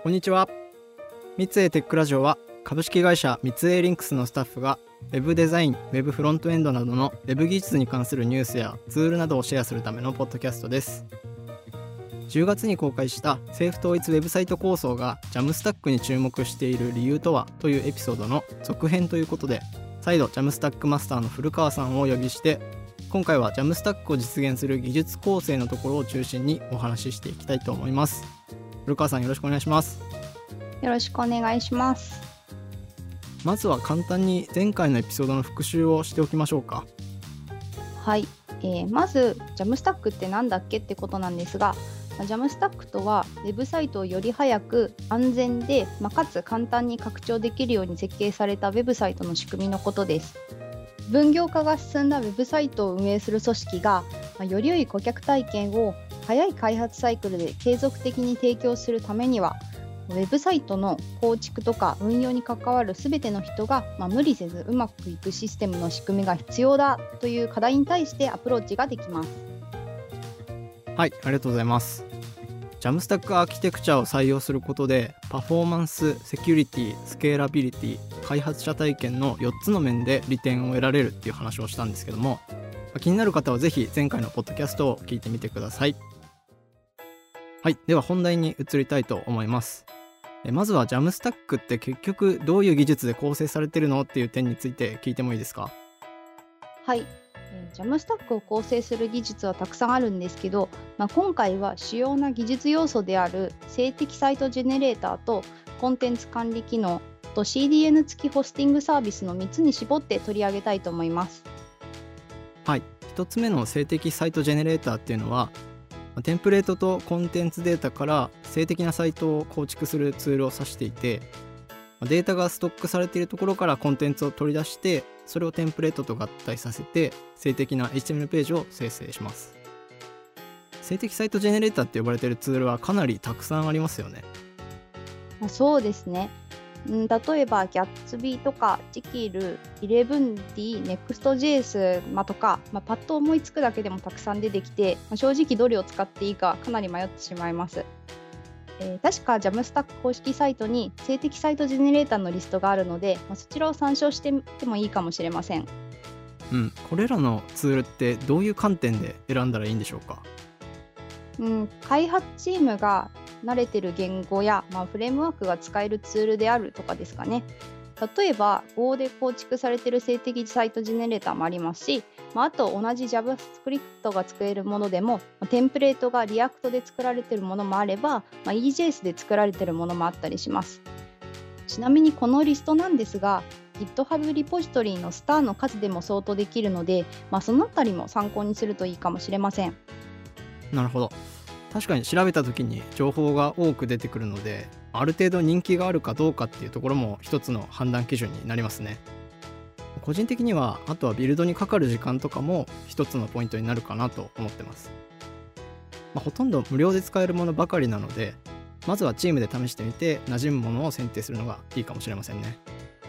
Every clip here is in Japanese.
こんにちは。三井テックラジオは株式会社三井リンクスのスタッフが Web デザイン、Web フロントエンドなどの Web 技術に関するニュースやツールなどをシェアするためのポッドキャストです。10月に公開した政府統一ウェブサイト構想がジャムスタックに注目している理由とはというエピソードの続編ということで、再度ジャムスタックマスターの古川さんをお呼びして、今回はジャムスタックを実現する技術構成のところを中心にお話ししていきたいと思います。古川さん、よろしくお願いします。 よろしくお願いします。 まずは簡単に前回のエピソードの復習をしておきましょうか。 はい、まずジャムスタックってなんだっけってことなんですが、ジャムスタックとはウェブサイトをより早く安全で、かつ簡単に拡張できるように設計されたウェブサイトの仕組みのことです。分業化が進んだウェブサイトを運営する組織が、より良い顧客体験を早い開発サイクルで継続的に提供するためには、ウェブサイトの構築とか運用に関わるすべての人が、無理せずうまくいくシステムの仕組みが必要だという課題に対してアプローチができます。 はい、ありがとうございます。ジャムスタックアーキテクチャを採用することでパフォーマンス、セキュリティ、スケーラビリティ、開発者体験の4つの面で利点を得られるっていう話をしたんですけども、気になる方はぜひ前回のポッドキャストを聞いてみてください。はい、では本題に移りたいと思います。まずはジャムスタックって結局どういう技術で構成されてるのっていう点について聞いてもいいですか？ はい、ジャムスタックを構成する技術はたくさんあるんですけど、今回は主要な技術要素である静的サイトジェネレーターとコンテンツ管理機能と CDN 付きホスティングサービスの3つに絞って取り上げたいと思います。 はい、1つ目の静的サイトジェネレーターっていうのはテンプレートとコンテンツデータから静的なサイトを構築するツールを指していて、データがストックされているところからコンテンツを取り出して、それをテンプレートと合体させて静的な HTML ページを生成します。静的サイトジェネレーターって呼ばれているツールはかなりたくさんありますよね。 そうですね。例えばギャッツビーとかジキル、11D、Next.js とか、パッと思いつくだけでもたくさん出てきて、正直どれを使っていいかかなり迷ってしまいます。確か Jamstack 公式サイトに静的サイトジェネレーターのリストがあるので、そちらを参照してみてもいいかもしれません。 これらのツールってどういう観点で選んだらいいんでしょうか？ 開発チームが慣れている言語や、フレームワークが使えるツールであるとかですかね。例えば Go で構築されている静的サイトジェネレーターもありますし、あと同じ JavaScript が作れるものでもテンプレートが React で作られているものもあれば、EJS で作られているものもあったりします。ちなみにこのリストなんですが GitHub リポジトリのスターの数でも相当できるので、そのあたりも参考にするといいかもしれません。 なるほど。確かに調べた時に情報が多く出てくるので、ある程度人気があるかどうかっていうところも一つの判断基準になりますね。個人的にはあとはビルドにかかる時間とかも一つのポイントになるかなと思ってます。ほとんど無料で使えるものばかりなので、まずはチームで試してみて馴染むものを選定するのがいいかもしれませんね。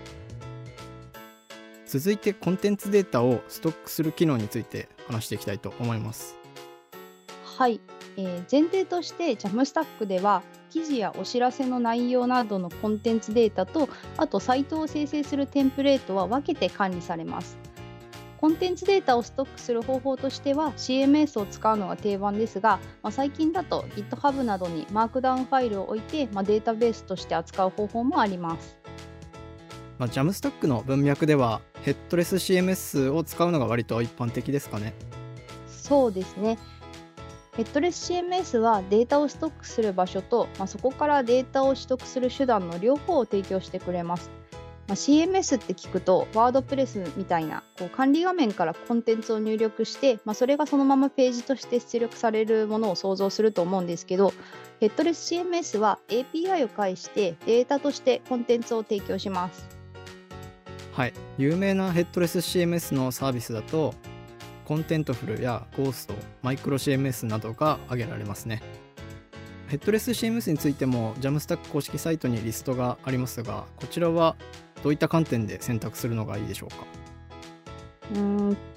続いてコンテンツデータをストックする機能について話していきたいと思います。 はい、前提として Jamstack では記事やお知らせの内容などのコンテンツデータと、あとサイトを生成するテンプレートは分けて管理されます。コンテンツデータをストックする方法としては CMS を使うのが定番ですが、最近だと GitHub などにマークダウンファイルを置いて、データベースとして扱う方法もあります。 Jamstack の文脈ではヘッドレス CMS を使うのが割と一般的ですかね。 そうですね。ヘッドレス CMS はデータをストックする場所と、そこからデータを取得する手段の両方を提供してくれます。CMS って聞くとワードプレスみたいな管理画面からコンテンツを入力して、それがそのままページとして出力されるものを想像すると思うんですけど、ヘッドレス CMS は API を介してデータとしてコンテンツを提供します。 はい、有名なヘッドレス CMS のサービスだとコンテントフルやゴースト、マイクロ CMS などが挙げられますね。ヘッドレス CMS についても Jamstack 公式サイトにリストがありますが、こちらはどういった観点で選択するのがいいでしょうか？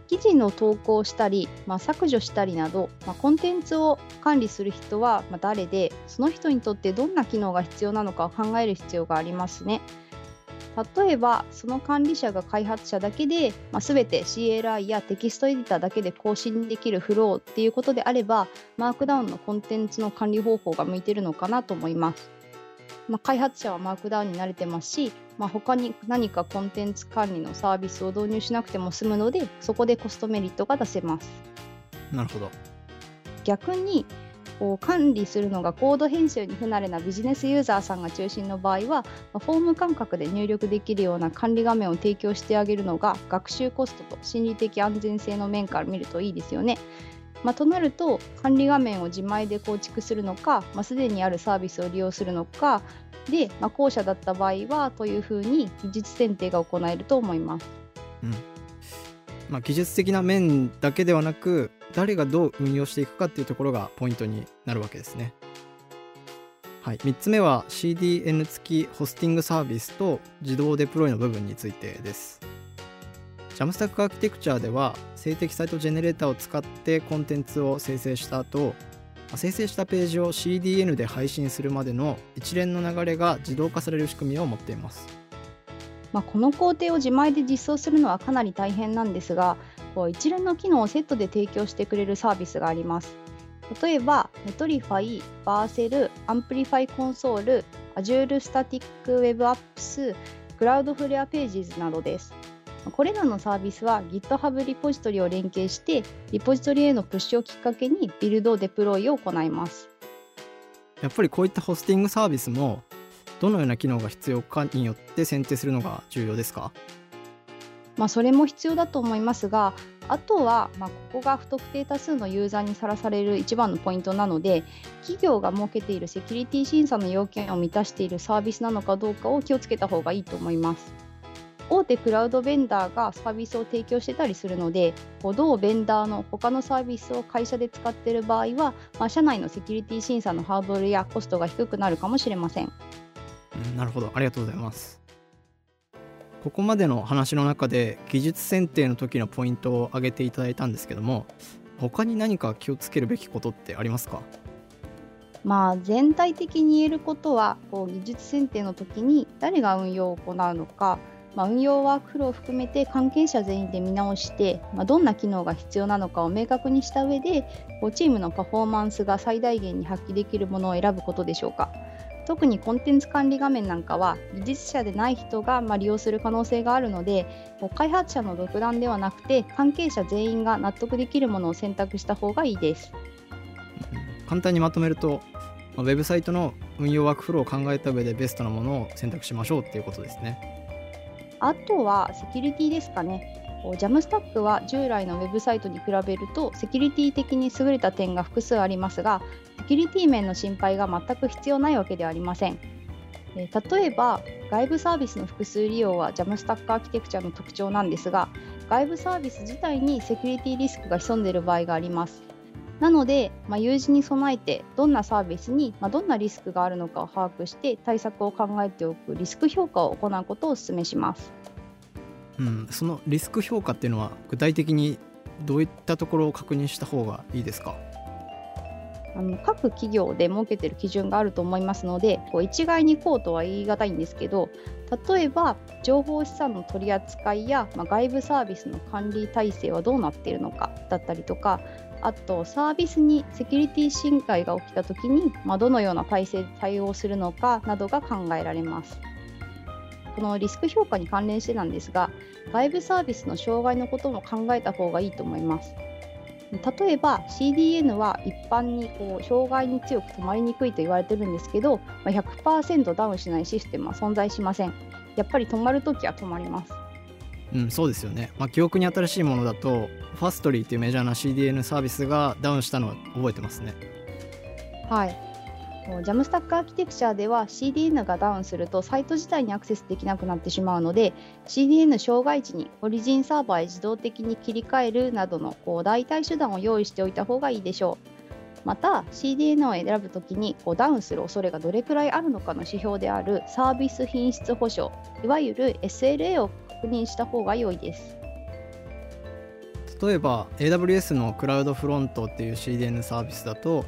記事の投稿したり、削除したりなど、コンテンツを管理する人は誰で、その人にとってどんな機能が必要なのかを考える必要がありますね。例えばその管理者が開発者だけで、全て CLI やテキストエディターだけで更新できるフローっていうことであれば、マークダウンのコンテンツの管理方法が向いているのかなと思います。開発者はマークダウンに慣れてますし、他に何かコンテンツ管理のサービスを導入しなくても済むので、そこでコストメリットが出せます。 なるほど。 逆に管理するのがコード編集に不慣れなビジネスユーザーさんが中心の場合は、フォーム感覚で入力できるような管理画面を提供してあげるのが学習コストと心理的安全性の面から見るといいですよね。となると、管理画面を自前で構築するのか、すでにあるサービスを利用するのかで、後者だった場合はというふうに技術選定が行えると思います。 技術的な面だけではなく、誰がどう運用していくかっていうところがポイントになるわけですね。はい、3つ目は CDN 付きホスティングサービスと自動デプロイの部分についてです。Jamstack アーキテクチャでは静的サイトジェネレーターを使ってコンテンツを生成した後、生成したページを CDN で配信するまでの一連の流れが自動化される仕組みを持っています。 この工程を自前で実装するのはかなり大変なんですが、一連の機能をセットで提供してくれるサービスがあります。例えば、Netlify、Vercel、Amplify Console、Azure Static Web Apps、Cloudflare Pages などです。これらのサービスは GitHub リポジトリを連携して、リポジトリへのプッシュをきっかけにビルド・デプロイを行います。 やっぱりこういったホスティングサービスもどのような機能が必要かによって選定するのが重要ですか？ それも必要だと思いますが、あとはここが不特定多数のユーザーにさらされる一番のポイントなので、企業が設けているセキュリティ審査の要件を満たしているサービスなのかどうかを気をつけた方がいいと思います。大手クラウドベンダーがサービスを提供してたりするので、同ベンダーの他のサービスを会社で使っている場合は、社内のセキュリティ審査のハードルやコストが低くなるかもしれません。 なるほど、ありがとうございます。ここまでの話の中で技術選定の時のポイントを挙げていただいたんですけども、他に何か気をつけるべきことってありますか？ 全体的に言えることは、技術選定の時に誰が運用を行うのか、運用ワークフローを含めて関係者全員で見直して、どんな機能が必要なのかを明確にした上で、チームのパフォーマンスが最大限に発揮できるものを選ぶことでしょうか。特にコンテンツ管理画面なんかは技術者でない人が利用する可能性があるので、開発者の独断ではなくて関係者全員が納得できるものを選択した方がいいです。 簡単にまとめると、ウェブサイトの運用ワークフローを考えた上でベストなものを選択しましょうっていうことですね。 あとはセキュリティですかね。Jamstack は従来のウェブサイトに比べるとセキュリティ的に優れた点が複数ありますが、セキュリティ面の心配が全く必要ないわけではありません。例えば外部サービスの複数利用は Jamstack アーキテクチャの特徴なんですが、外部サービス自体にセキュリティリスクが潜んでいる場合があります。なので、有事に備えてどんなサービスにどんなリスクがあるのかを把握して対策を考えておくリスク評価を行うことをお勧めします。 そのリスク評価っていうのは具体的にどういったところを確認した方がいいですか？ 各企業で設けている基準があると思いますので、一概にこうとは言い難いんですけど、例えば情報資産の取り扱いや、外部サービスの管理体制はどうなっているのかだったりとか、あとサービスにセキュリティ侵害が起きたときに、どのような体制で対応するのかなどが考えられます。このリスク評価に関連してなんですが、外部サービスの障害のことも考えた方がいいと思います。例えば CDN は一般に障害に強く止まりにくいと言われてるんですけど、100% ダウンしないシステムは存在しません。やっぱり止まるときは止まります。 そうですよね。記憶に新しいものだとファストリーというメジャーな CDN サービスがダウンしたのは覚えてますね。 はい。Jamstack アーキテクチャでは CDN がダウンするとサイト自体にアクセスできなくなってしまうので、 CDN 障害時にオリジンサーバーへ自動的に切り替えるなどの代替手段を用意しておいた方がいいでしょう。また CDN を選ぶときにダウンする恐れがどれくらいあるのかの指標であるサービス品質保証、いわゆる SLA を確認した方が良いです。 例えば AWS のクラウドフロントっていう CDN サービスだと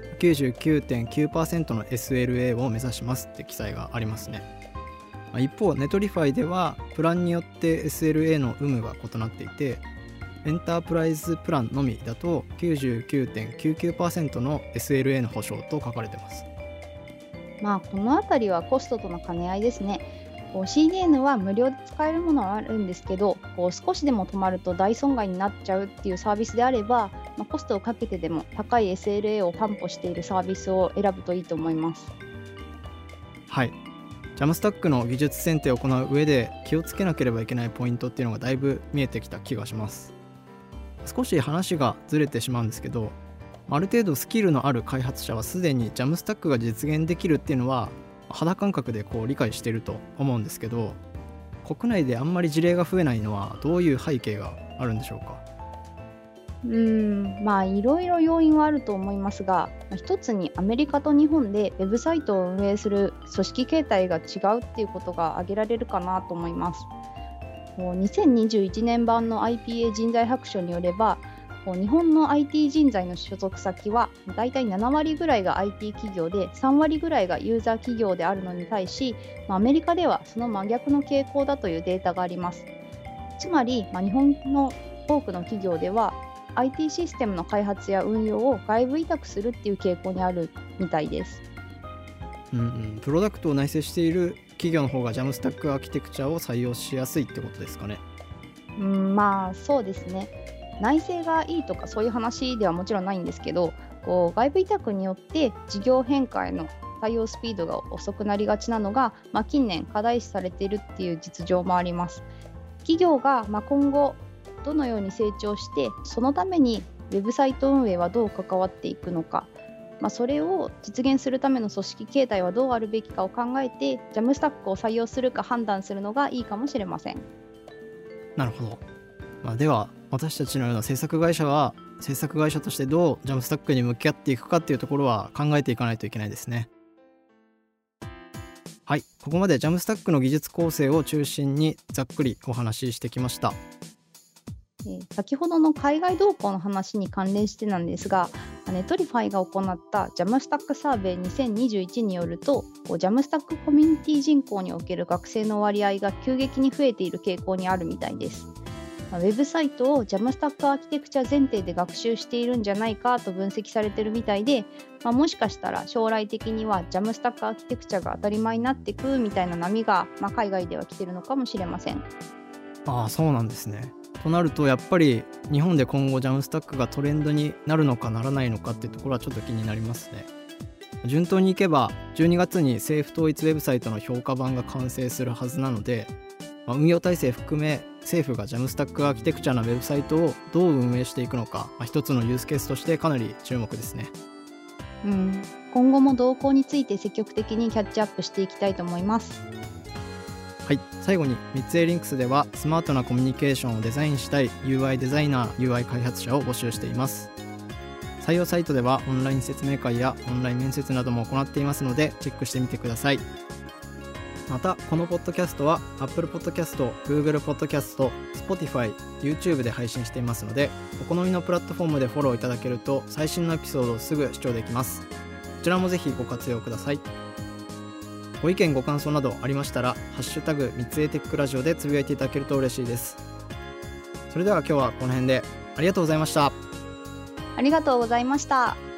99.9% の SLA を目指しますって記載がありますね。一方ネトリファイではプランによって SLA の有無が異なっていて、エンタープライズプランのみだと 99.99% の SLA の保証と書かれています。 このあたりはコストとの兼ね合いですね。CDN は無料で使えるものはあるんですけど、少しでも止まると大損害になっちゃうっていうサービスであれば、コストをかけてでも高い SLA を担保しているサービスを選ぶといいと思います。 はい、JAMSTACK の技術選定を行う上で気をつけなければいけないポイントっていうのがだいぶ見えてきた気がします。少し話がずれてしまうんですけど、ある程度スキルのある開発者はすでに JAMSTACK が実現できるっていうのは肌感覚で理解していると思うんですけど、国内であんまり事例が増えないのはどういう背景があるんでしょうか？ いろいろ要因はあると思いますが、一つにアメリカと日本でウェブサイトを運営する組織形態が違うっていうことが挙げられるかなと思います。2021年版の IPA 人材白書によれば、日本の IT 人材の所属先はだいたい7割ぐらいが IT 企業で3割ぐらいがユーザー企業であるのに対し、アメリカではその真逆の傾向だというデータがあります。つまり、日本の多くの企業では IT システムの開発や運用を外部委託するっていう傾向にあるみたいです。 プロダクトを内製している企業の方が JAMSTACK アーキテクチャを採用しやすいってことですかね？ そうですね。内製がいいとかそういう話ではもちろんないんですけど、外部委託によって事業変化への対応スピードが遅くなりがちなのが、近年課題視されているっていう実情もあります。企業が今後どのように成長して、そのためにウェブサイト運営はどう関わっていくのか、それを実現するための組織形態はどうあるべきかを考えて JAMSTACK を採用するか判断するのがいいかもしれません。 なるほど。では私たちのような制作会社は制作会社としてどう JAMSTACK に向き合っていくかっていうところは考えていかないといけないですね。はい、ここまで JAMSTACK の技術構成を中心にざっくりお話ししてきました。 先ほどの海外動向の話に関連してなんですが、ネトリファイが行った JAMSTACK サーベイ2021によると、JAMSTACK コミュニティ人口における学生の割合が急激に増えている傾向にあるみたいです。ウェブサイトを JAMSTACK アーキテクチャ前提で学習しているんじゃないかと分析されているみたいで、もしかしたら将来的には JAMSTACK アーキテクチャが当たり前になっていくみたいな波が、海外では来ているのかもしれません。 そうなんですね。となるとやっぱり日本で今後 JAMSTACK がトレンドになるのかならないのかっていうところはちょっと気になりますね。順当にいけば12月に政府統一ウェブサイトの評価版が完成するはずなので、運用体制含め政府が JAMSTACK アーキテクチャなウェブサイトをどう運営していくのか、一つのユースケースとしてかなり注目ですね。 今後も動向について積極的にキャッチアップしていきたいと思います。 はい、最後に三井リンクスではスマートなコミュニケーションをデザインしたい UI デザイナー UI 開発者を募集しています。採用サイトではオンライン説明会やオンライン面接なども行っていますのでチェックしてみてください。またこのポッドキャストは Apple Podcast、Google Podcast、Spotify、YouTube で配信していますので、お好みのプラットフォームでフォローいただけると最新のエピソードをすぐ視聴できます。こちらもぜひご活用ください。ご意見ご感想などありましたらハッシュタグ三井テックラジオでつぶやいていただけると嬉しいです。それでは今日はこの辺でありがとうございました。 ありがとうございました。